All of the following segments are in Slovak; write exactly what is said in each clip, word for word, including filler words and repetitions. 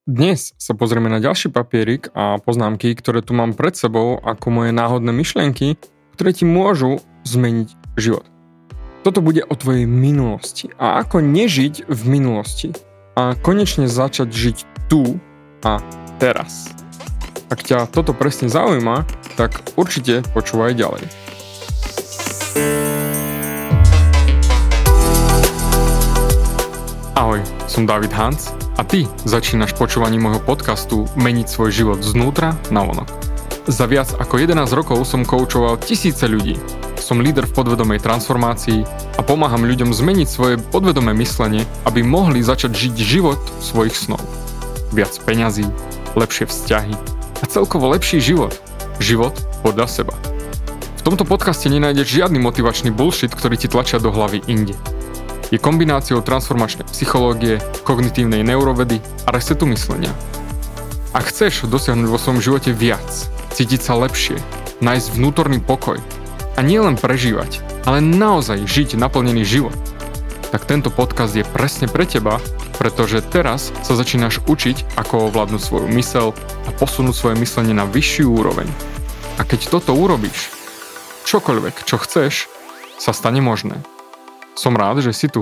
Dnes sa pozrieme na ďalší papierik a poznámky, ktoré tu mám pred sebou ako moje náhodné myšlienky, ktoré ti môžu zmeniť život. Toto bude o tvojej minulosti a ako nežiť v minulosti a konečne začať žiť tu a teraz. Ak ťa toto presne zaujíma, tak určite počúvaj ďalej. Ahoj, som David Hans a ty začínaš počúvanie môjho podcastu Meniť svoj život znútra na vonok. Za viac ako jedenásť rokov som koučoval tisíce ľudí. Som líder v podvedomej transformácii a pomáham ľuďom zmeniť svoje podvedomé myslenie, aby mohli začať žiť život svojich snov. Viac peňazí, lepšie vzťahy a celkovo lepší život. Život podľa seba. V tomto podcaste nenájdeš žiadny motivačný bullshit, ktorý ti tlačia do hlavy inde. Je kombináciou transformačnej psychológie, kognitívnej neurovedy a resetu myslenia. Ak chceš dosiahnuť vo svojom živote viac, cítiť sa lepšie, nájsť vnútorný pokoj a nielen prežívať, ale naozaj žiť naplnený život, tak tento podcast je presne pre teba, pretože teraz sa začínaš učiť, ako ovládnuť svoju myseľ a posunúť svoje myslenie na vyššiu úroveň. A keď toto urobíš, čokoľvek, čo chceš, sa stane možné. Som rád, že si tu.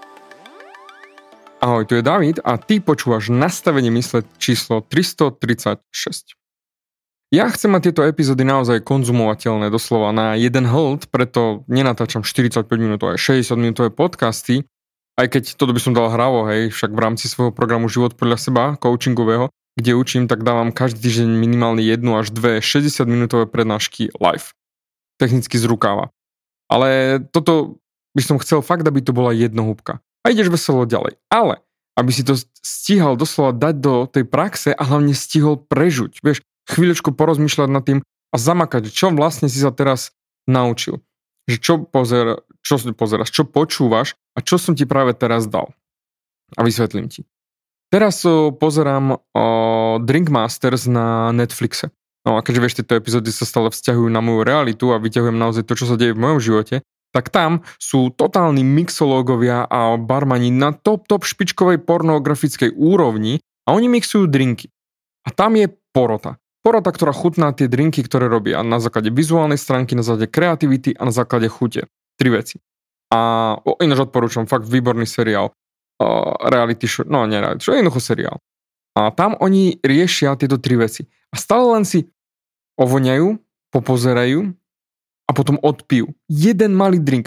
Ahoj, tu je David a ty počúvaš nastavenie mysle číslo tristotridsaťšesť. Ja chcem mať tieto epizódy naozaj konzumovateľné doslova na jeden hold, preto nenatáčam štyridsaťpäť minútové, šesťdesiat minútové podcasty, aj keď toto by som dal hravo, hej, však v rámci svojho programu Život podľa seba, coachingového, kde učím, tak dávam každý týždeň minimálne jednu až dve šesťdesiat minútové prednášky live. Technicky z rukáva. Ale toto by som chcel fakt, aby to bola jednohúbka. A ideš veselo ďalej. Ale aby si to stíhal doslova dať do tej praxe a hlavne stihol prežuť. Vieš, chvíľočku porozmýšľať nad tým a zamakať, čo vlastne si sa teraz naučil. Že čo, pozer, čo pozeráš, čo počúvaš a čo som ti práve teraz dal. A vysvetlím ti. Teraz so pozerám o Drink Masters na Netflixe. No a keďže vieš, tieto epizódy sa stále vzťahujú na moju realitu a vyťahujem naozaj to, čo sa deje v mojom živote, tak tam sú totálni mixológovia a barmani na top, top špičkovej pornografickej úrovni a oni mixujú drinky. A tam je porota. Porota, ktorá chutná tie drinky, ktoré robia na základe vizuálnej stránky, na základe kreativity a na základe chute. Tri veci. A o, ináč odporúčam, fakt výborný seriál. Uh, reality show, no nie reality show, jednoducho seriál. A tam oni riešia tieto tri veci. A stále len si ovoňajú, popozerajú a potom odpijú. Jeden malý drink.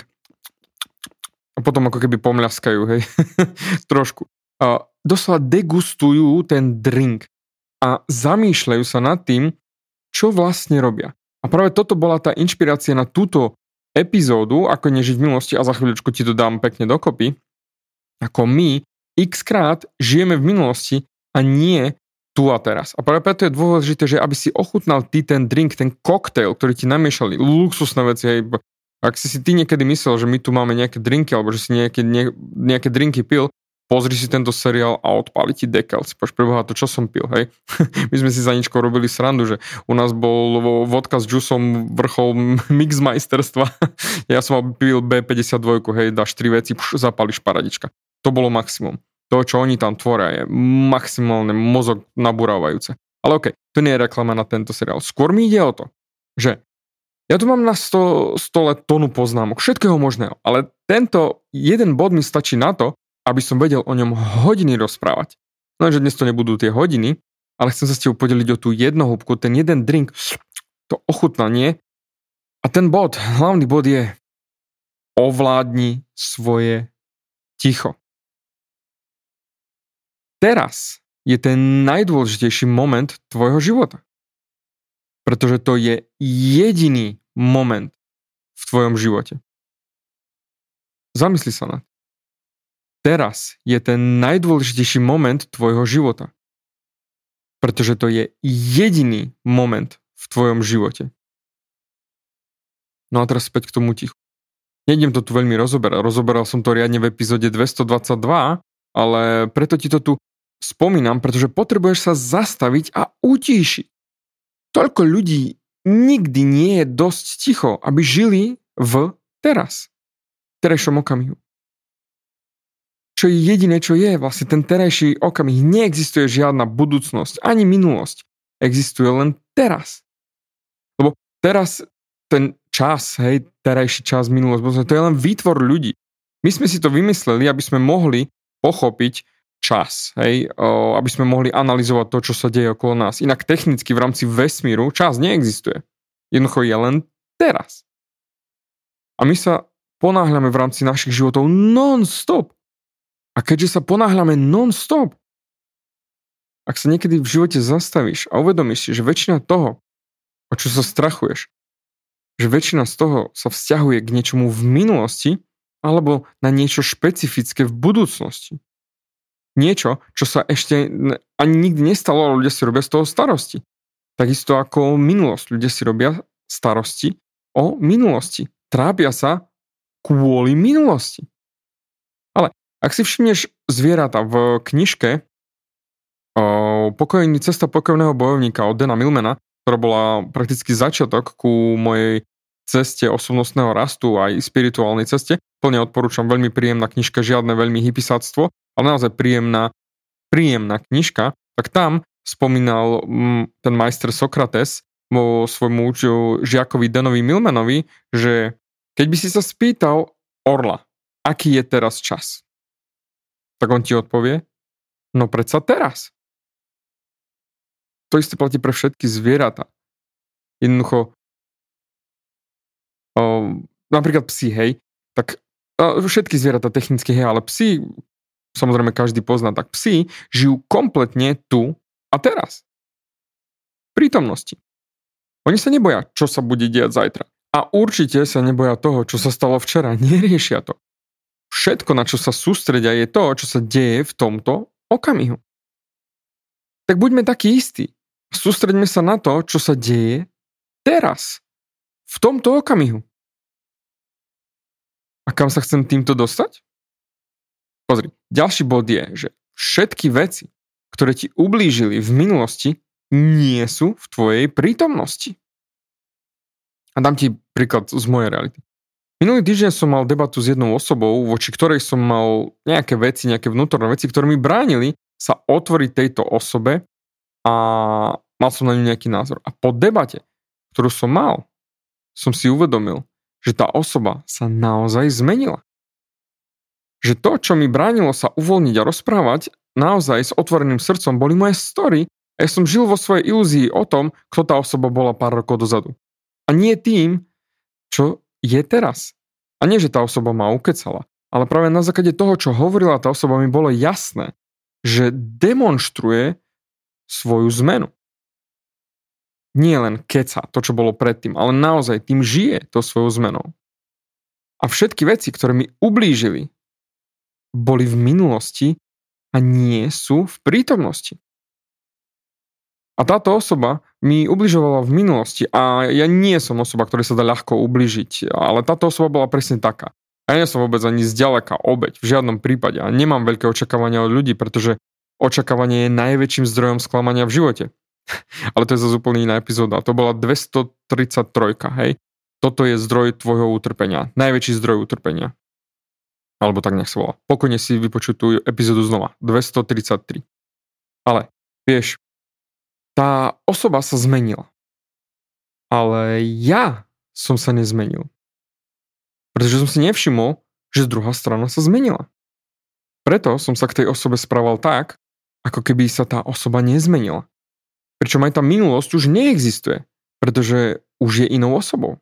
A potom ako keby pomľaskajú, hej. Trošku. A doslova degustujú ten drink a zamýšľajú sa nad tým, čo vlastne robia. A práve toto bola tá inšpirácia na túto epizódu, ako nežiť v minulosti, a za chvíľučku ti to dám pekne dokopy, ako my x krát žijeme v minulosti a nie tu a teraz. A práve preto je dôležité, že aby si ochutnal ty ten drink, ten koktail, ktorý ti namiešali, luxusné veci, hej. Ak si si ty niekedy myslel, že my tu máme nejaké drinky, alebo že si nejaké, nie, nejaké drinky pil, pozri si tento seriál a odpáli ti dekel. Si povieš, preboha, to čo som pil, hej. My sme si za ničkou robili srandu, že u nás bol vodka s džusom vrchol mixmajsterstva. Ja som mal pil bé päťdesiatdva, hej, dáš tri veci, pš, zapáliš paradička. To bolo maximum. To, čo oni tam tvoria, je maximálne mozog nabúravajúce. Ale okej, okay, to nie je reklama na tento seriál. Skôr mi ide o to, že ja tu mám na sto, stole tonu poznámok, všetkého možného, ale tento jeden bod mi stačí na to, aby som vedel o ňom hodiny rozprávať. Lenže dnes to nebudú tie hodiny, ale chcem sa s tebou podeliť o tú jednohúbku, ten jeden drink, to ochutnanie. A ten bod, hlavný bod je ovládni svoje ticho. Teraz je ten najdôležitejší moment tvojho života. Pretože to je jediný moment v tvojom živote. Zamysli sa na to. Teraz je ten najdôležitejší moment tvojho života. Pretože to je jediný moment v tvojom živote. No a teraz späť k tomu tichu. Nejdem to tu veľmi rozoberať. Rozoberal som to riadne v epizóde dvestodvadsaťdva, ale preto ti to tu spomínam, pretože potrebuješ sa zastaviť a utíšiť. Toľko ľudí nikdy nie je dosť ticho, aby žili v teraz. V terajšom okamihu. Čo čo je jediné, čo je, vlastne ten terajší okamih. Neexistuje žiadna budúcnosť, ani minulosť. Existuje len teraz. Lebo teraz ten čas, hej, terajší čas, minulosť, to je len výtvor ľudí. My sme si to vymysleli, aby sme mohli pochopiť čas, hej, o, aby sme mohli analyzovať to, čo sa deje okolo nás. Inak technicky v rámci vesmíru čas neexistuje. Jednoducho je len teraz. A my sa ponáhľame v rámci našich životov non-stop. A keďže sa ponáhľame non-stop, ak sa niekedy v živote zastavíš a uvedomíš si, že väčšina toho, o čo sa strachuješ, že väčšina z toho sa vzťahuje k niečomu v minulosti alebo na niečo špecifické v budúcnosti. Niečo, čo sa ešte ani nikdy nestalo, ale ľudia si robia z toho starosti. Takisto ako minulosť. Ľudia si robia starosti o minulosti. Trápia sa kvôli minulosti. Ale ak si všimneš zvieratá v knižke Pokojný cesta pokojného bojovníka od Dana Millmana, ktorá bola prakticky začiatok ku mojej ceste osobnostného rastu aj spirituálnej ceste, plne odporúčam, veľmi príjemná knižka, žiadne veľmi hypisáctvo, ale naozaj príjemná, príjemná knižka, tak tam spomínal m, ten majster Sokrates vo svojmu žiakovi Danovi Millmanovi, že keď by si sa spýtal orla, aký je teraz čas, tak on ti odpovie, no predsa teraz. To isté platí pre všetky zvieratá. Jednoducho, o, napríklad psi, hej, tak o, všetky zvieratá technicky, hej, ale psi, samozrejme každý pozná, tak psi žijú kompletne tu a teraz. V prítomnosti. Oni sa neboja, čo sa bude diať zajtra. A určite sa neboja toho, čo sa stalo včera. Neriešia to. Všetko, na čo sa sústredia, je to, čo sa deje v tomto okamihu. Tak buďme takí istí. Sústreďme sa na to, čo sa deje teraz. V tomto okamihu. A kam sa chcem týmto dostať? Pozri, ďalší bod je, že všetky veci, ktoré ti ublížili v minulosti, nie sú v tvojej prítomnosti. A dám ti príklad z mojej reality. Minulý týždeň som mal debatu s jednou osobou, voči ktorej som mal nejaké veci, nejaké vnútorné veci, ktoré mi bránili sa otvoriť tejto osobe a mal som na ňu nejaký názor. A po debate, ktorú som mal, som si uvedomil, že tá osoba sa naozaj zmenila. Že to, čo mi bránilo sa uvoľniť a rozprávať, naozaj s otvoreným srdcom boli moje story a ja som žil vo svojej ilúzii o tom, kto tá osoba bola pár rokov dozadu. A nie tým, čo je teraz. A nie, že tá osoba ma ukecala, ale práve na základe toho, čo hovorila tá osoba, mi bolo jasné, že demonštruje svoju zmenu. Nie len keca, to, čo bolo predtým, ale naozaj tým žije to svojou zmenou. A všetky veci, ktoré mi ublížili, boli v minulosti a nie sú v prítomnosti. A táto osoba mi ubližovala v minulosti a ja nie som osoba, ktorej sa dá ľahko ubližiť, ale táto osoba bola presne taká. A ja nie som vôbec ani zďaleka obeť, v žiadnom prípade. A nemám veľké očakávania od ľudí, pretože očakávanie je najväčším zdrojom sklamania v živote. Ale to je zase úplne iná epizóda. To bola dvestotridsaťtri, hej? Toto je zdroj tvojho utrpenia. Najväčší zdroj utrpenia. Alebo tak nech sa volá. Pokojne si vypočuj tú epizódu znova. dvestotridsaťtri. Ale, vieš, tá osoba sa zmenila. Ale ja som sa nezmenil. Pretože som si nevšimol, že druhá strana sa zmenila. Preto som sa k tej osobe správal tak, ako keby sa tá osoba nezmenila. Pričom aj tá minulosť už neexistuje, pretože už je inou osobou.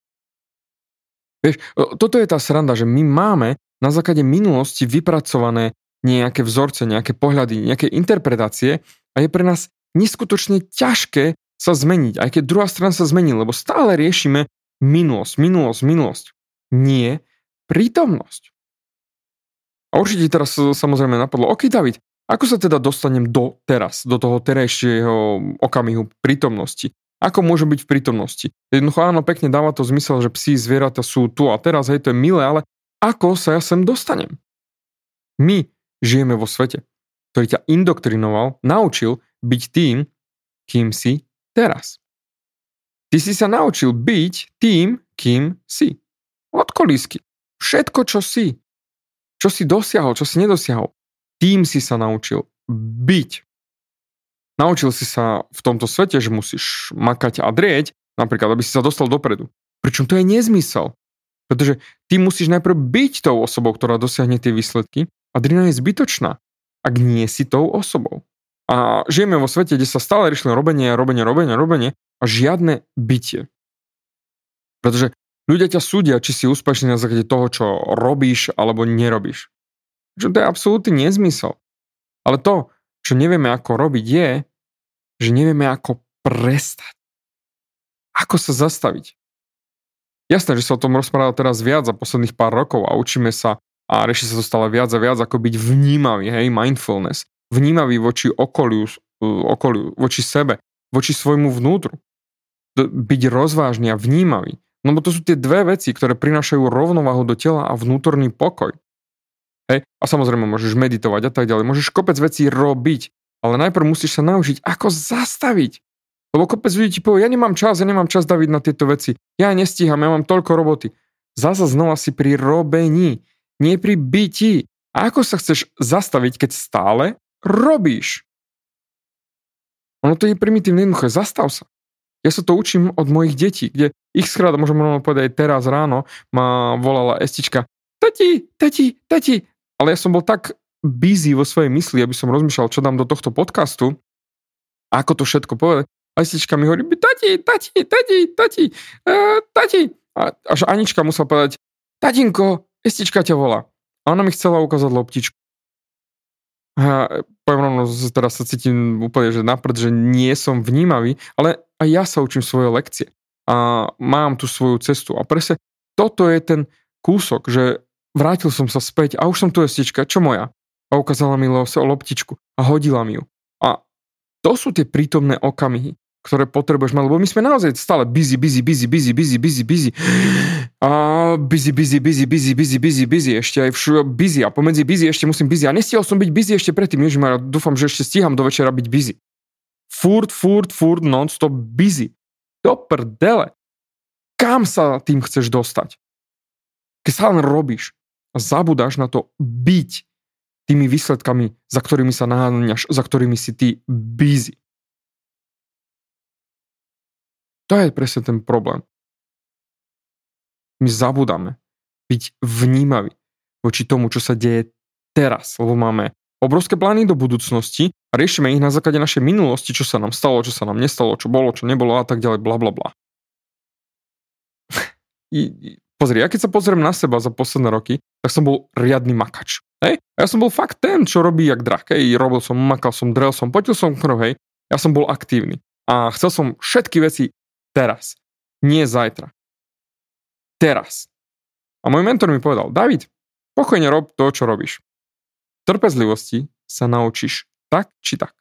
Vieš, toto je tá sranda, že my máme na základe minulosti vypracované nejaké vzorce, nejaké pohľady, nejaké interpretácie a je pre nás neskutočne ťažké sa zmeniť, aj keď druhá strana sa zmení, lebo stále riešime minulosť, minulosť, minulosť. Nie prítomnosť. A určite teraz samozrejme napadlo, ok, David, ako sa teda dostanem do teraz, do toho terajšieho okamihu prítomnosti? Ako môžem byť v prítomnosti? Jednoducho áno, pekne dáva to zmysel, že psi, zvieratá sú tu a teraz, hej, to je milé, ale ako sa ja sem dostanem? My žijeme vo svete, ktorý ťa indoktrinoval, naučil byť tým, kým si teraz. Ty si sa naučil byť tým, kým si. Od kolísky. Všetko, čo si. Čo si dosiahol, čo si nedosiahol. Tým si sa naučil byť. Naučil si sa v tomto svete, že musíš makať a drieť, napríklad, aby si sa dostal dopredu. Pričom to je nezmysel. Pretože ty musíš najprv byť tou osobou, ktorá dosiahne tie výsledky a drina je zbytočná, ak nie si tou osobou. A žijeme vo svete, kde sa stále riešilo robenie, robenie, robenie, robenie a žiadne bytie. Pretože ľudia ťa súdia, či si úspešný na základe toho, čo robíš alebo nerobíš. Čo to je absolútny nezmysel. Ale to, čo nevieme ako robiť, je, že nevieme ako prestať. Ako sa zastaviť. Jasné, že sa o tom rozpráva teraz viac za posledných pár rokov a učíme sa a rieši sa to stále viac a viac, ako byť vnímavý, hej, mindfulness. Vnímavý voči okoliu, okoliu, voči sebe, voči svojmu vnútru. Byť rozvážny a vnímavý. No bo to sú tie dve veci, ktoré prinášajú rovnováhu do tela a vnútorný pokoj. Hej? A samozrejme môžeš meditovať a tak ďalej. Môžeš kopec vecí robiť, ale najprv musíš sa naučiť, ako zastaviť. Lebo kopec ľudí ti povie, ja nemám čas, ja nemám čas, David, na tieto veci. Ja nestíham, ja mám toľko roboty. Zasa znova si pri robení, nie pri byti. A ako sa chceš zastaviť, keď stále robíš? Ono to je primitívne jednoduché. Zastav sa. Ja sa to učím od mojich detí, kde ich skrát, môžem rovno povedať, teraz ráno ma volala Estička, tati, tati, tati. Ale ja som bol tak busy vo svojej mysli, aby som rozmýšľal, čo dám do tohto podcastu, ako to všetko povedať. A Estička mi hovorí, tati, tati, tati, tati, uh, tati. A až Anička musela povedať, tatinko, Estička ťa volá. A ona mi chcela ukázať loptičku. A poviem rovno, teraz sa cítim úplne, že naprd, že nie som vnímavý, ale aj ja sa učím svoje lekcie. A mám tu svoju cestu. A presne toto je ten kúsok, že vrátil som sa späť a už som tu Estička, čo moja? A ukázala mi loptičku a hodila mi ju. A to sú tie prítomné okamihy, ktoré potrebuješ mať, lebo my sme naozaj stále busy, busy, busy, busy, busy, busy, busy. A busy, busy, busy, busy, busy, busy, busy, ešte aj všude busy a pomedzi busy ešte musím busy. A nestihol som byť busy ešte predtým, ježišmarja, dúfam, že ešte stíham do večera byť busy. Furt, furt, furt, non-stop busy. Do prdele. Kam sa tým chceš dostať? Keď sa len robíš a zabudáš na to byť tými výsledkami, za ktorými sa naháňaš, za ktorými si ty busy. To je presne ten problém. My zabudáme byť vnímaví voči tomu, čo sa deje teraz, lebo máme obrovské plány do budúcnosti a riešime ich na základe našej minulosti, čo sa nám stalo, čo sa nám nestalo, čo bolo, čo nebolo a tak ďalej, bla bla bla. Pozri, ja keď sa pozriem na seba za posledné roky, tak som bol riadny makač. Hej? Ja som bol fakt ten, čo robí jak drak. Hej? Robil som, makal som, drel som, potil som krv, hej. Ja som bol aktívny. A chcel som všetky veci teraz. Nie zajtra. Teraz. A môj mentor mi povedal, David, pokojne rob to, čo robíš. Trpezlivosti sa naučíš tak, či tak.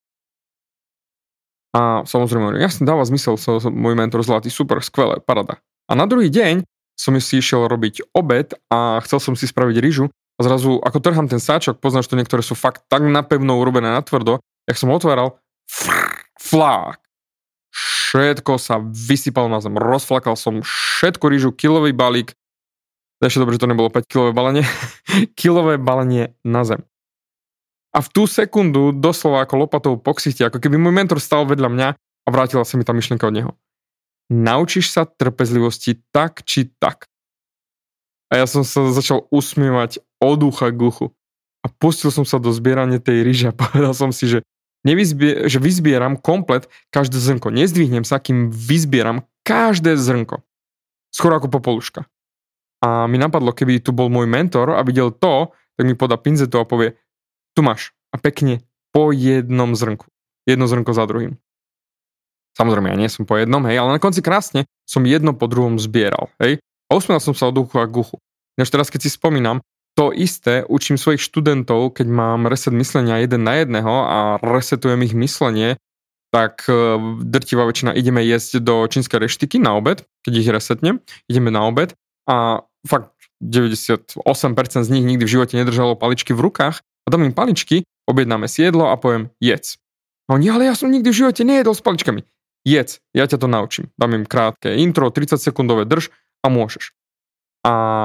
A samozrejme, jasne dáva zmysel, so, so, môj mentor zlatý, super, skvelé, parada. A na druhý deň som si išiel robiť obed a chcel som si spraviť rýžu a zrazu, ako trhám ten sáčok, poznáš to, niektoré sú fakt tak napevno urobené na tvrdo, jak som otváral, flák. Všetko sa vysypalo na zem, rozflakal som všetko rýžu, kilový balík, ešte dobre, že to nebolo päť kilové balenie, kilové balenie na zem. A v tú sekundu doslova ako lopatou po ksichte, ako keby môj mentor stal vedľa mňa a vrátila sa mi tá myšlienka od neho. Naučíš sa trpezlivosti tak, či tak. A ja som sa začal usmievať od ucha k uchu. A pustil som sa do zbierania tej ryže a povedal som si, že, nevyzbie, že vyzbieram komplet každé zrnko. Nezdvihnem sa, kým vyzbieram každé zrnko. Skoro ako popoluška. A mi napadlo, keby tu bol môj mentor a videl to, tak mi podá pinzetu a povie, tu máš. A pekne po jednom zrnku. Jedno zrnko za druhým. Samozrejme, ja nie som po jednom, hej, ale na konci krásne som jedno po druhom zbieral, hej. A usmiel som sa od uchu a k uchu. Než teraz, keď si spomínam, to isté učím svojich študentov, keď mám reset myslenia jeden na jedného a resetujem ich myslenie, tak drtivá väčšina ideme jesť do čínskej reštiky na obed, keď ich resetnem, ideme na obed a fakt deväťdesiatosem percent z nich nikdy v živote nedržalo paličky v rukách a dám im paličky, objednáme si jedlo a poviem jedz. A oni, ale ja som nikdy v živote nejedol s paličkami. Jedz, ja ťa to naučím. Dám im krátke intro, tridsať sekundové drž a môžeš. A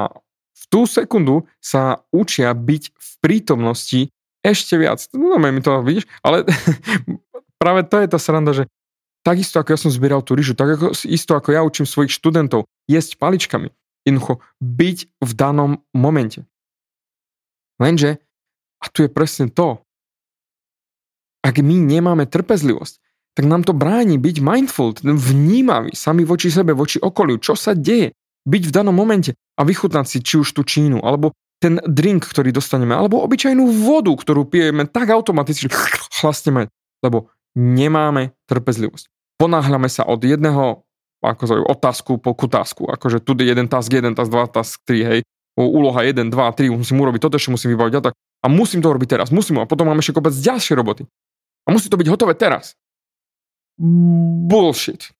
v tú sekundu sa učia byť v prítomnosti ešte viac. No, mi to vidíš, ale práve to je tá sranda, že takisto ako ja som zbieral tú ryžu, tak ako, isto ako ja učím svojich študentov jesť paličkami, jednoducho byť v danom momente. Lenže, a tu je presne to, ak my nemáme trpezlivosť, tak nám to bráni byť mindful, vnímavý, sami voči sebe, voči okoliu, čo sa deje, byť v danom momente a vychutnať si či už tú čínu, alebo ten drink, ktorý dostaneme, alebo obyčajnú vodu, ktorú pijeme tak automaticky, že chlastneme, lebo nemáme trpezlivosť. Ponáhľame sa od jedného ako zaujú, otázku po kutázku, akože tu je jeden task, jeden task, dva task, tri, hej, úloha jeden, dva, tri, musím urobiť toto, ešte musím vybaviť a tak. A musím to robiť teraz, musím, a potom mám ešte kopec ďalšie roboty. A musí to byť hotové teraz. Bullshit.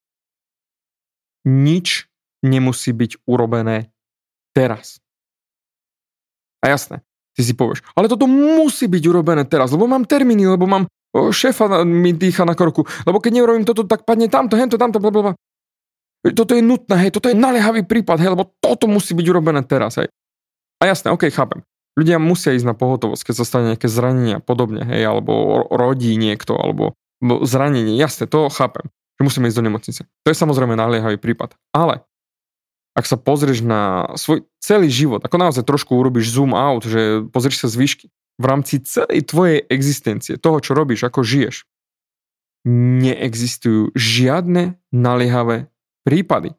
Nič nemusí byť urobené teraz. A jasné, ty si povieš, ale toto musí byť urobené teraz, lebo mám termíny, lebo mám o, šéfa mi dýcha na korku, lebo keď neurobím toto, tak padne tamto, hento, tamto, blablabla. Toto je nutné, hej, toto je naliehavý prípad, hej, lebo toto musí byť urobené teraz, hej. A jasné, okej, okay, chápem. Ľudia musia ísť na pohotovosť, keď sa stane nejaké zranenie a podobne, hej, alebo rodí niekto, alebo zranenie, jasné, to chápem, že musíme ísť do nemocnice. To je samozrejme naliehavý prípad, ale ak sa pozrieš na svoj celý život, ako naozaj trošku urobíš zoom out, že pozrieš sa z výšky, v rámci celej tvojej existencie, toho, čo robíš, ako žiješ, neexistujú žiadne naliehavé prípady.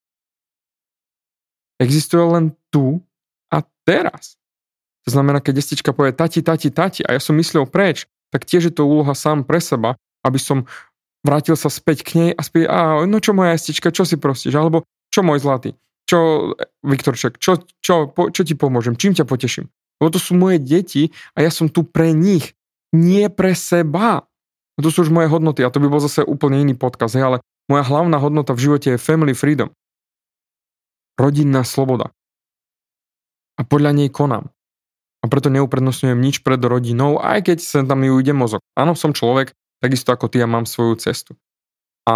Existuje len tu a teraz. To znamená, keď destička povie tati, tati, tati a ja som myslel preč, tak tiež je to úloha sám pre seba, aby som vrátil sa späť k nej a späť, a no čo moja destička, čo si prosíš, alebo čo môj zlatý, čo Viktorček, čo, čo, po, čo ti pomôžem, čím ťa poteším. Lebo to sú moje deti a ja som tu pre nich, nie pre seba. A to sú už moje hodnoty a to by bol zase úplne iný podcast, hej, ale moja hlavná hodnota v živote je family freedom. Rodinná sloboda. A podľa nej konám. A preto neuprednostňujem nič pred rodinou, aj keď sa tam ju ide mozog. Áno, som človek, takisto ako ty, ja mám svoju cestu. A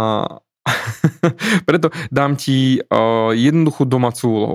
preto dám ti uh, jednoduchú domácu úlohu.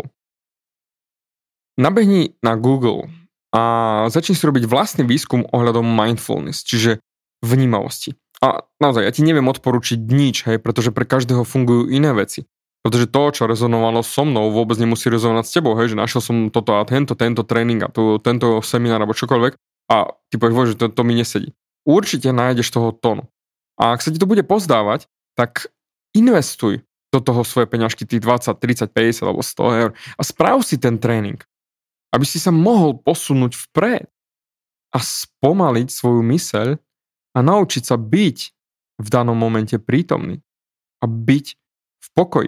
Nabehni na Google a začni si robiť vlastný výskum ohľadom mindfulness, čiže vnímavosti. A naozaj, ja ti neviem odporučiť nič, hej, pretože pre každého fungujú iné veci. Pretože to, čo rezonovalo so mnou, vôbec nemusí rezonovať s tebou, hej, že našiel som toto a tento, tento tréning a tu, tento seminár alebo čokoľvek a ty povieš, že to, to mi nesedí. Určite nájdeš toho tónu. A ak sa ti to bude pozdávať, tak investuj do toho svoje peňažky, tých dvadsať, tridsať, päťdesiat alebo sto eur a správ si ten tréning, aby si sa mohol posunúť vpred a spomaliť svoju myseľ a naučiť sa byť v danom momente prítomný a byť v pokoji.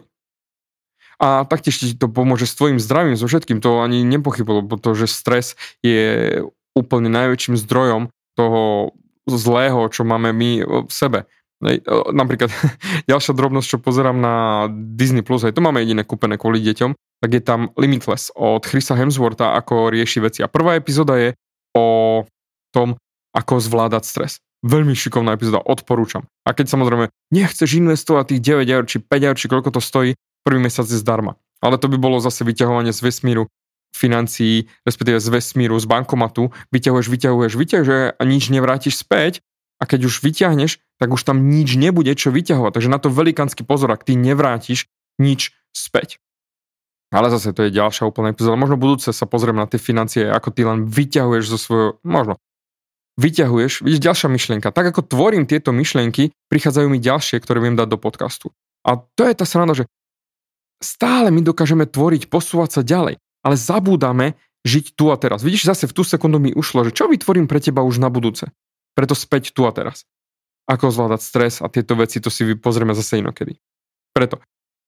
A taktiež ti to pomôže s tvojim zdravím, so všetkým, to ani nepochybujem, pretože stres je úplne najväčším zdrojom toho zlého, čo máme my v sebe. Napríklad ďalšia drobnosť, čo pozerám na Disney plus, aj to máme jediné kúpené kvôli deťom, tak je tam Limitless od Chrisa Hemswortha, ako rieši veci. A prvá epizóda je o tom, ako zvládať stres. Veľmi šikovná epizóda, odporúčam. A keď samozrejme nechceš investovať tých deväť eur, či päť eur, či koľko to stojí, prvý mesiac je zdarma. Ale to by bolo zase vyťahovanie z vesmíru financií, respektíve z vesmíru, z bankomatu. Vyťahuješ, vyťahuješ, vyťahuješ a nič nevrátiš späť. A keď už vyťahneš, tak už tam nič nebude, čo vyťahovať. Takže na to velikánsky pozor, ak ty nevrátiš nič späť. Ale zase to je ďalšia úplná epizóda. Možno budúce sa pozriem na tie financie, ako ty len vyťahuješ zo svojho, možno vyťahuješ, vidíš, ďalšia myšlienka. Tak ako tvorím tieto myšlienky, prichádzajú mi ďalšie, ktoré viem dať do podcastu. A to je tá sranda, že stále my dokážeme tvoriť, posúvať sa ďalej, ale zabúdame žiť tu a teraz. Vidíš, zase v tú sekundu mi ušlo, že čo vytvorím pre teba už na budúce. Preto späť tu a teraz. Ako zvládať stres a tieto veci, to si pozrieme zase inokedy. Preto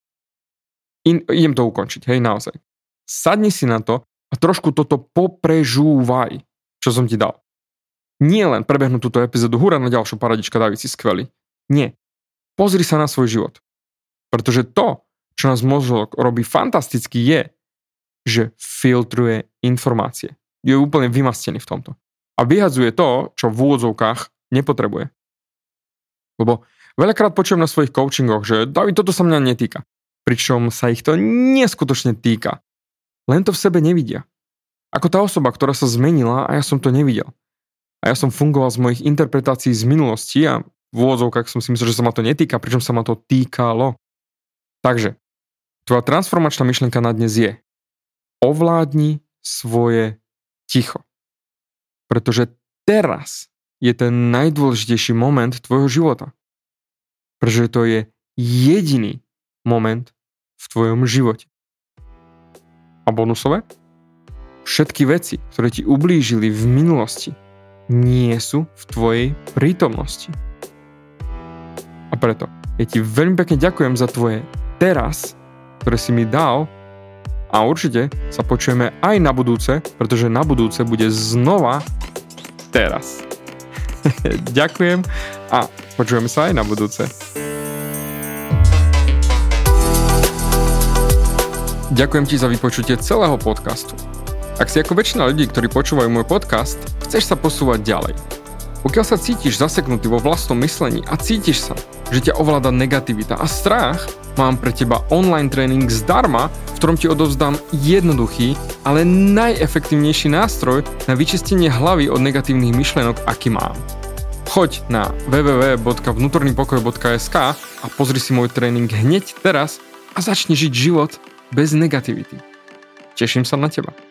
in, idem to ukončiť, hej, naozaj. Sadni si na to a trošku toto poprežúvaj, čo som ti dal. Nie len prebehnúť túto epizódu, hurá na ďalšiu paradička, David, si skvelý. Nie. Pozri sa na svoj život. Pretože to, čo nás mozog robí fantasticky, je, že filtruje informácie. Je úplne vymastený v tomto. A vyhadzuje to, čo v úvodzovkách nepotrebuje. Lebo veľakrát počujem na svojich coachingoch, že David, toto sa mňa netýka. Pričom sa ich to neskutočne týka. len to v sebe nevidia. Ako tá osoba, ktorá sa zmenila a ja som to nevidel. A ja som fungoval z mojich interpretácií z minulosti a v úvodzovkách som si myslel, že sa ma to netýka, pričom sa ma to týkalo. Takže, tvoja transformačná myšlienka na dnes je: ovládni svoje ticho. Pretože teraz je ten najdôležitejší moment tvojho života. Pretože to je jediný moment v tvojom živote. A bonusové? Všetky veci, ktoré ti ublížili v minulosti, nie sú v tvojej prítomnosti. A preto ja ti veľmi pekne ďakujem za tvoje teraz, ktoré si mi dal, a určite sa počujeme aj na budúce, pretože na budúce bude znova teraz. Ďakujem a počujeme sa aj na budúce. Ďakujem ti za vypočutie celého podcastu. Ak si ako väčšina ľudí, ktorí počúvajú môj podcast, chceš sa posúvať ďalej. Pokiaľ sa cítiš zaseknutý vo vlastnom myslení a cítiš sa, že ťa ovláda negativita a strach, mám pre teba online tréning zdarma, v ktorom ti odovzdám jednoduchý, ale najefektívnejší nástroj na vyčistenie hlavy od negatívnych myšlienok, aký mám. Choď na w w w bodka vnútorný pokoj bodka es ká a pozri si môj tréning hneď teraz a začni žiť život bez negativity. Teším sa na teba.